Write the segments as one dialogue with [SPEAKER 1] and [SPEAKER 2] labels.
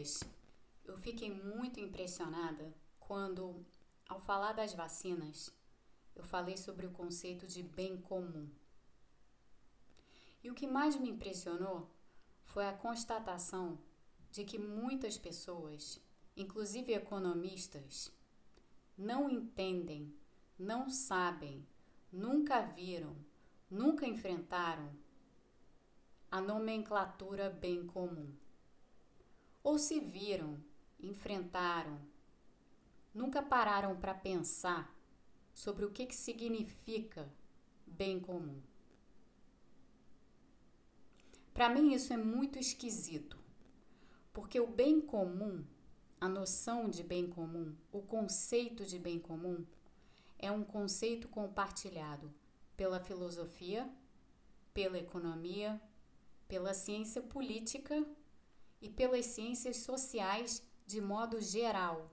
[SPEAKER 1] dias, eu fiquei muito impressionada quando, ao falar das vacinas, eu falei sobre o conceito de bem comum. E o que mais me impressionou foi a constatação de que muitas pessoas, inclusive economistas, não entendem, não sabem, nunca viram, nunca enfrentaram a nomenclatura bem comum. Ou se viram, enfrentaram, nunca pararam para pensar sobre o que significa bem comum. Para mim isso é muito esquisito, porque o bem comum, a noção de bem comum, o conceito de bem comum, é um conceito compartilhado pela filosofia, pela economia, pela ciência política e pelas ciências sociais de modo geral.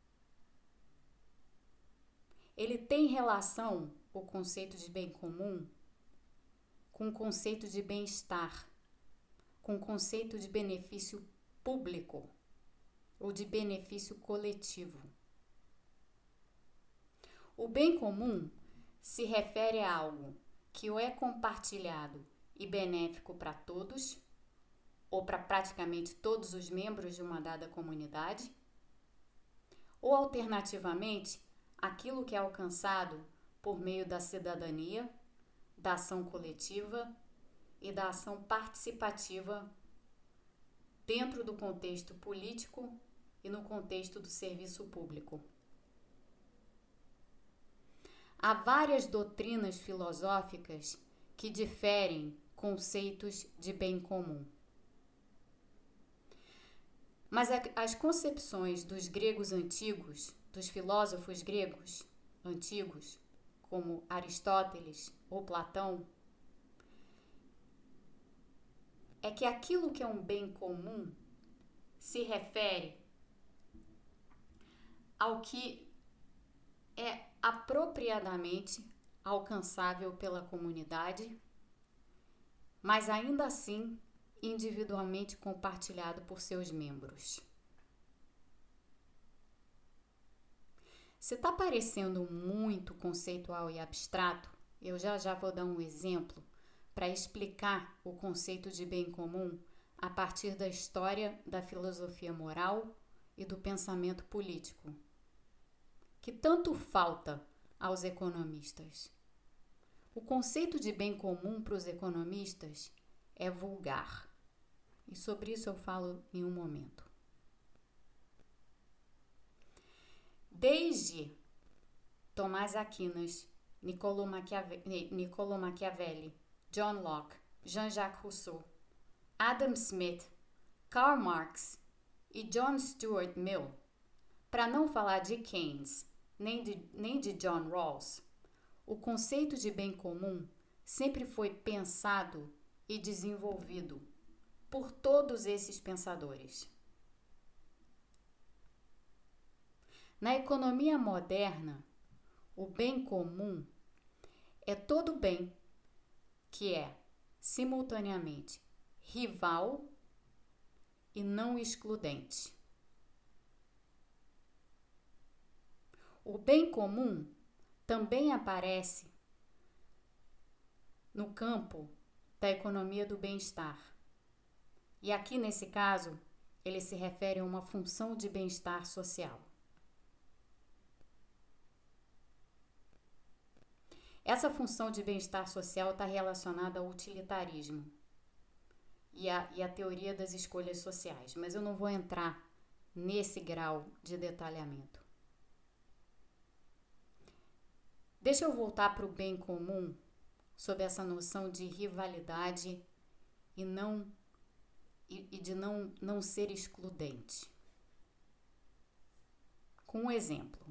[SPEAKER 1] Ele tem relação, o conceito de bem comum, com o conceito de bem-estar, com o conceito de benefício público ou de benefício coletivo. O bem comum se refere a algo que ou é compartilhado e benéfico para todos, ou para praticamente todos os membros de uma dada comunidade, ou alternativamente, aquilo que é alcançado por meio da cidadania, da ação coletiva e da ação participativa dentro do contexto político e no contexto do serviço público. Há várias doutrinas filosóficas que diferem conceitos de bem comum. Mas as concepções dos gregos antigos, dos filósofos gregos antigos, como Aristóteles ou Platão, é que aquilo que é um bem comum se refere ao que é apropriadamente alcançável pela comunidade, mas ainda assim individualmente compartilhado por seus membros. Se está parecendo muito conceitual e abstrato, eu já vou dar um exemplo para explicar o conceito de bem comum a partir da história da filosofia moral e do pensamento político, que tanto falta aos economistas. O conceito de bem comum para os economistas é vulgar. E sobre isso eu falo em um momento. Desde Tomás Aquinas, Niccolo Machiavelli, John Locke, Jean-Jacques Rousseau, Adam Smith, Karl Marx e John Stuart Mill, para não falar de Keynes, nem de John Rawls, o conceito de bem comum sempre foi pensado e desenvolvido por todos esses pensadores. Na economia moderna, o bem comum é todo bem que é, simultaneamente, rival e não excludente. O bem comum também aparece no campo da economia do bem-estar. E aqui, nesse caso, ele se refere a uma função de bem-estar social. Essa função de bem-estar social está relacionada ao utilitarismo e à teoria das escolhas sociais, mas eu não vou entrar nesse grau de detalhamento. Deixa eu voltar para o bem comum sob essa noção de rivalidade e de não ser excludente. Com um exemplo.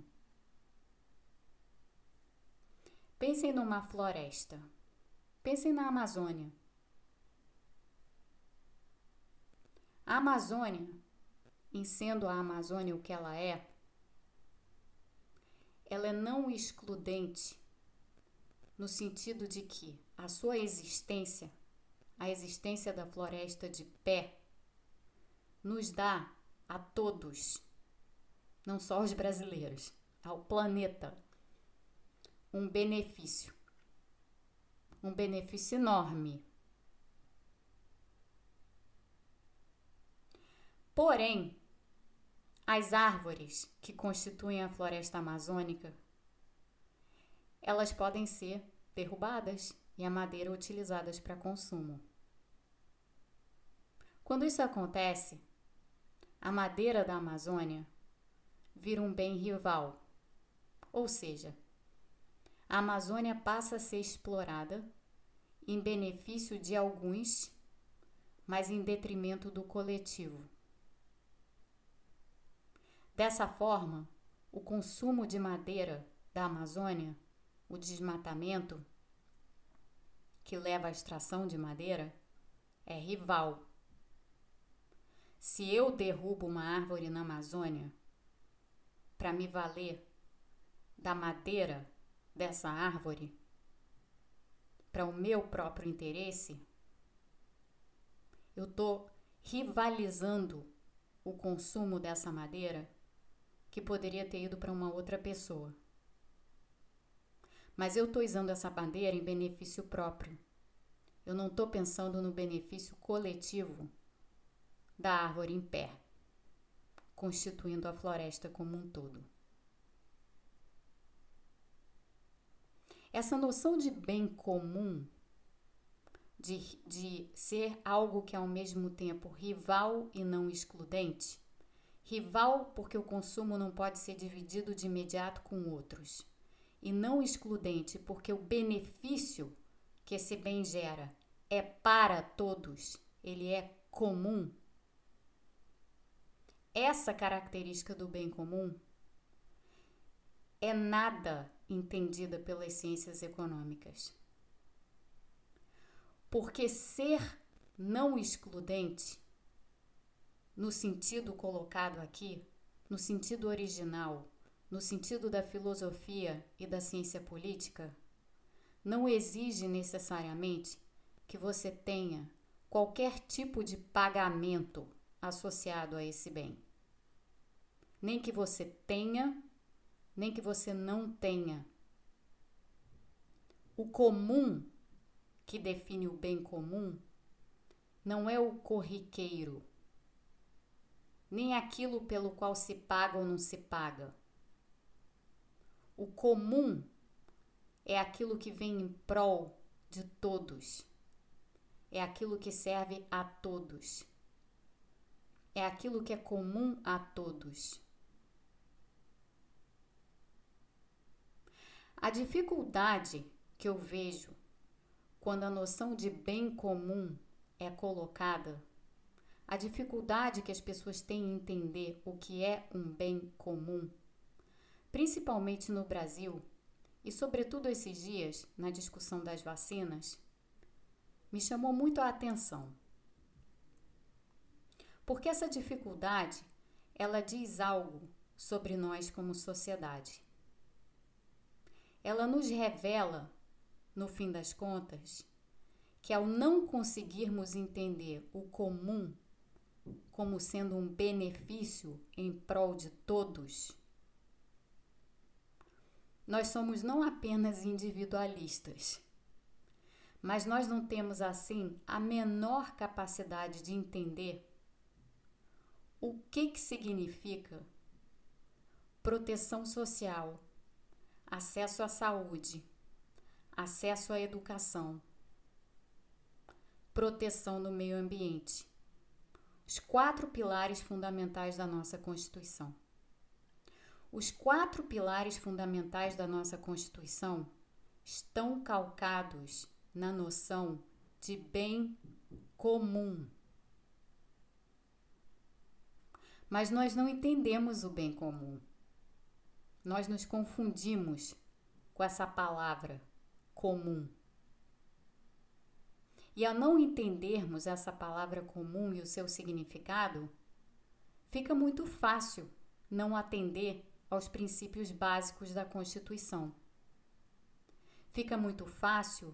[SPEAKER 1] Pensem numa floresta. Pensem na Amazônia. A Amazônia, em sendo a Amazônia o que ela é não excludente no sentido de que a sua existência, a existência da floresta de pé, nos dá a todos, não só aos brasileiros, ao planeta, um benefício enorme. Porém, as árvores que constituem a floresta amazônica, elas podem ser derrubadas e a madeira utilizadas para consumo. Quando isso acontece, a madeira da Amazônia vira um bem rival, ou seja, a Amazônia passa a ser explorada em benefício de alguns, mas em detrimento do coletivo. Dessa forma, o consumo de madeira da Amazônia, o desmatamento, que leva à extração de madeira, é rival. Se eu derrubo uma árvore na Amazônia para me valer da madeira dessa árvore para o meu próprio interesse, eu estou rivalizando o consumo dessa madeira que poderia ter ido para uma outra pessoa. Mas eu estou usando essa madeira em benefício próprio. Eu não estou pensando no benefício coletivo da árvore em pé, constituindo a floresta como um todo. Essa noção de bem comum, de ser algo que é ao mesmo tempo rival e não excludente, rival porque o consumo não pode ser dividido de imediato com outros, e não excludente porque o benefício que esse bem gera é para todos, ele é comum. Essa característica do bem comum é nada entendida pelas ciências econômicas. Porque ser não excludente, no sentido colocado aqui, no sentido original, no sentido da filosofia e da ciência política, não exige necessariamente que você tenha qualquer tipo de pagamento associado a esse bem. Nem que você tenha, nem que você não tenha. O comum que define o bem comum não é o corriqueiro, nem aquilo pelo qual se paga ou não se paga. O comum é aquilo que vem em prol de todos. É aquilo que serve a todos. É aquilo que é comum a todos. A dificuldade que eu vejo quando a noção de bem comum é colocada, a dificuldade que as pessoas têm em entender o que é um bem comum, principalmente no Brasil, e sobretudo esses dias, na discussão das vacinas, me chamou muito a atenção. Porque essa dificuldade, ela diz algo sobre nós como sociedade. Ela nos revela, no fim das contas, que ao não conseguirmos entender o comum como sendo um benefício em prol de todos, nós somos não apenas individualistas, mas nós não temos, assim, a menor capacidade de entender o que significa proteção social, acesso à saúde, acesso à educação, proteção do meio ambiente. Os 4 pilares fundamentais da nossa Constituição. Os 4 pilares fundamentais da nossa Constituição estão calcados na noção de bem comum. Mas nós não entendemos o bem comum. Nós nos confundimos com essa palavra comum. E ao não entendermos essa palavra comum e o seu significado, fica muito fácil não atender aos princípios básicos da Constituição. Fica muito fácil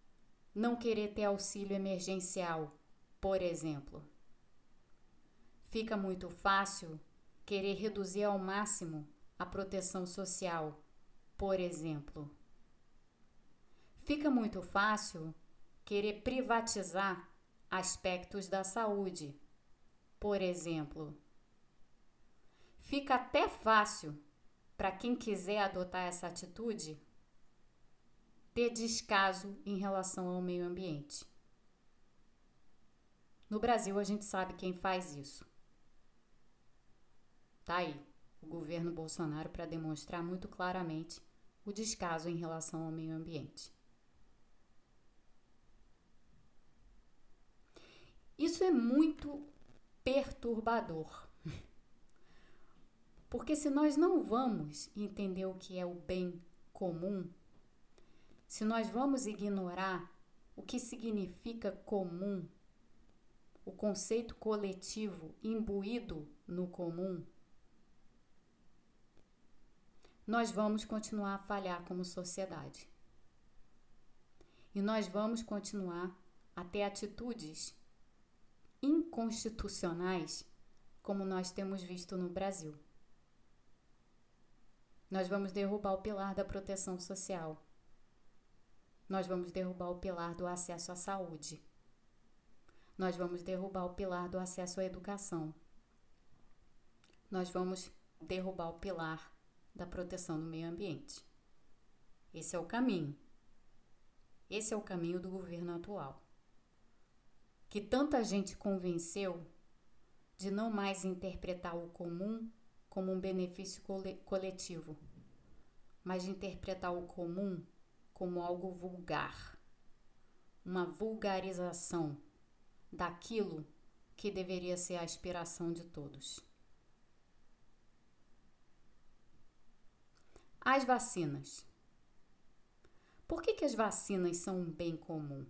[SPEAKER 1] não querer ter auxílio emergencial, por exemplo. Fica muito fácil querer reduzir ao máximo a proteção social, por exemplo. Fica muito fácil querer privatizar aspectos da saúde, por exemplo. Fica até fácil, para quem quiser adotar essa atitude, ter descaso em relação ao meio ambiente. No Brasil, a gente sabe quem faz isso. Tá aí, o governo Bolsonaro, para demonstrar muito claramente o descaso em relação ao meio ambiente. Isso é muito perturbador. Porque se nós não vamos entender o que é o bem comum, se nós vamos ignorar o que significa comum, o conceito coletivo imbuído no comum, nós vamos continuar a falhar como sociedade. E nós vamos continuar a ter atitudes inconstitucionais, como nós temos visto no Brasil. Nós vamos derrubar o pilar da proteção social. Nós vamos derrubar o pilar do acesso à saúde. Nós vamos derrubar o pilar do acesso à educação. Nós vamos derrubar o pilar da proteção do meio ambiente. Esse é o caminho. Esse é o caminho do governo atual. Que tanta gente convenceu de não mais interpretar o comum como um benefício coletivo, mas de interpretar o comum como algo vulgar, uma vulgarização daquilo que deveria ser a aspiração de todos. As vacinas. Por que as vacinas são um bem comum?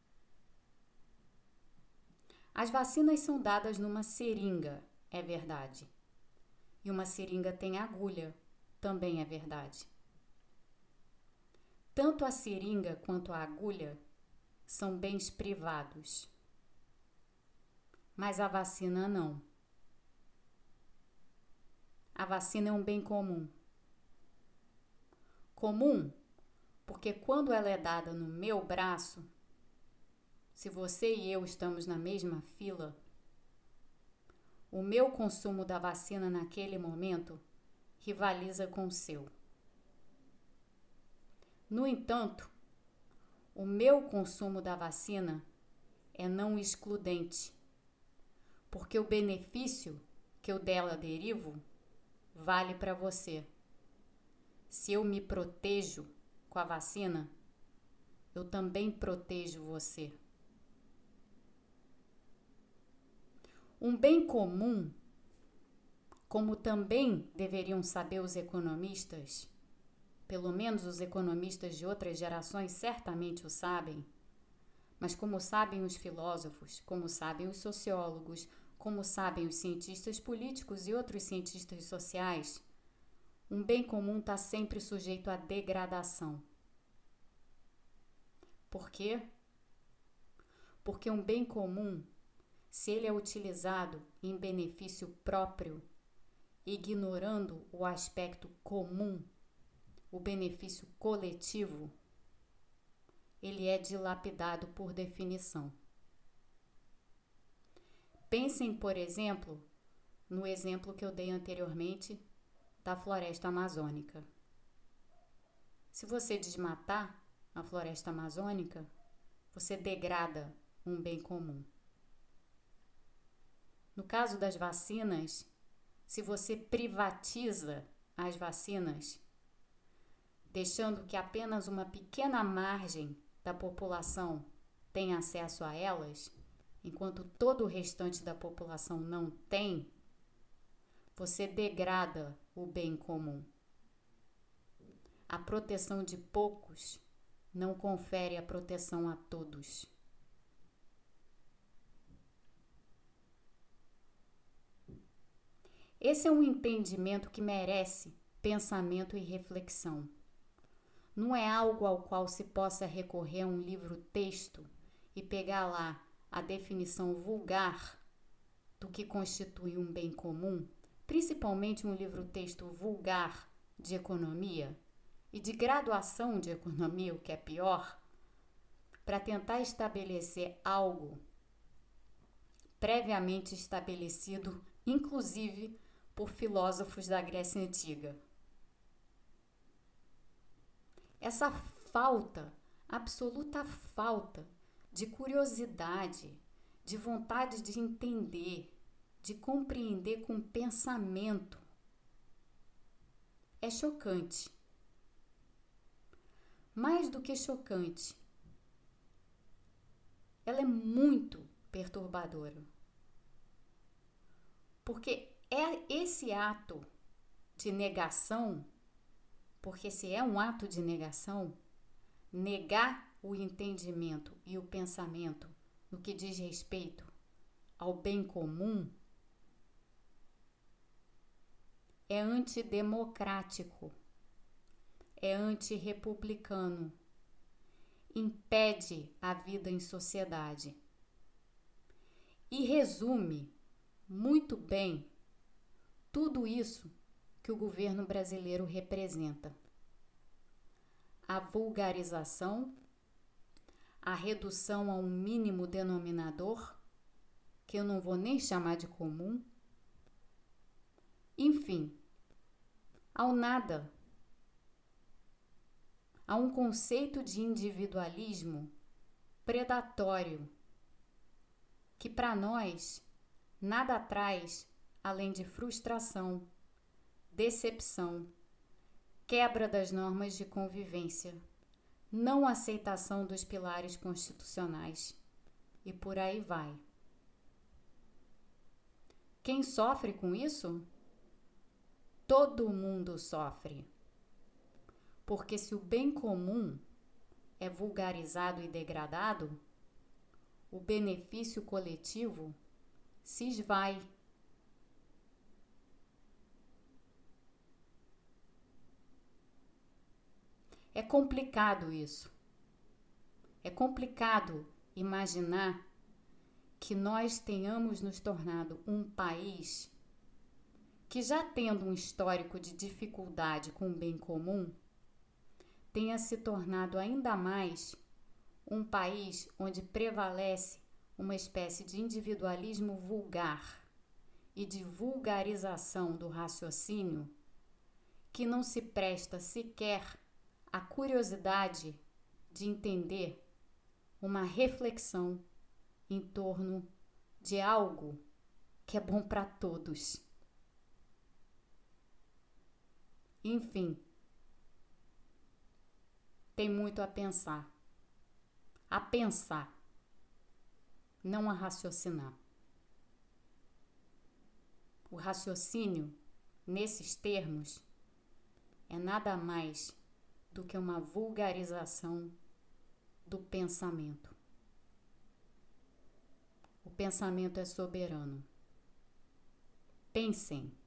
[SPEAKER 1] As vacinas são dadas numa seringa, é verdade. E uma seringa tem agulha, também é verdade. Tanto a seringa quanto a agulha são bens privados. Mas a vacina não. A vacina é um bem comum. Comum porque quando ela é dada no meu braço, se você e eu estamos na mesma fila, o meu consumo da vacina naquele momento rivaliza com o seu. No entanto, o meu consumo da vacina é não excludente, porque o benefício que eu dela derivo vale para você. Se eu me protejo com a vacina, eu também protejo você. Um bem comum, como também deveriam saber os economistas, pelo menos os economistas de outras gerações certamente o sabem, mas como sabem os filósofos, como sabem os sociólogos, como sabem os cientistas políticos e outros cientistas sociais, um bem comum está sempre sujeito à degradação. Por quê? Porque um bem comum, se ele é utilizado em benefício próprio, ignorando o aspecto comum, o benefício coletivo, ele é dilapidado por definição. Pensem, por exemplo, no exemplo que eu dei anteriormente da floresta amazônica. Se você desmatar a floresta amazônica, você degrada um bem comum. No caso das vacinas, se você privatiza as vacinas, deixando que apenas uma pequena margem da população tenha acesso a elas, enquanto todo o restante da população não tem, você degrada o bem comum. A proteção de poucos não confere a proteção a todos. Esse é um entendimento que merece pensamento e reflexão. Não é algo ao qual se possa recorrer a um livro-texto e pegar lá a definição vulgar do que constitui um bem comum, principalmente um livro-texto vulgar de economia e de graduação de economia, o que é pior, para tentar estabelecer algo previamente estabelecido, inclusive por filósofos da Grécia Antiga. Essa falta, absoluta falta de curiosidade, de vontade de entender, de compreender com pensamento, é chocante. Mais do que chocante, ela é muito perturbadora. Porque é esse ato de negação, porque se é um ato de negação, negar o entendimento e o pensamento no que diz respeito ao bem comum, é antidemocrático, é antirrepublicano, impede a vida em sociedade e resume muito bem tudo isso que o governo brasileiro representa: a vulgarização, a redução a um mínimo denominador, que eu não vou nem chamar de comum, enfim, ao nada, a um conceito de individualismo predatório que para nós nada traz além de frustração, decepção, quebra das normas de convivência, não aceitação dos pilares constitucionais e por aí vai. Quem sofre com isso? Todo mundo sofre. Porque se o bem comum é vulgarizado e degradado, o benefício coletivo se esvai. É complicado isso. É complicado imaginar que nós tenhamos nos tornado um país que, já tendo um histórico de dificuldade com o bem comum, tenha se tornado ainda mais um país onde prevalece uma espécie de individualismo vulgar e de vulgarização do raciocínio que não se presta sequer à curiosidade de entender uma reflexão em torno de algo que é bom para todos. Enfim, tem muito a pensar, não a raciocinar. O raciocínio, nesses termos, é nada mais do que uma vulgarização do pensamento. O pensamento é soberano. Pensem.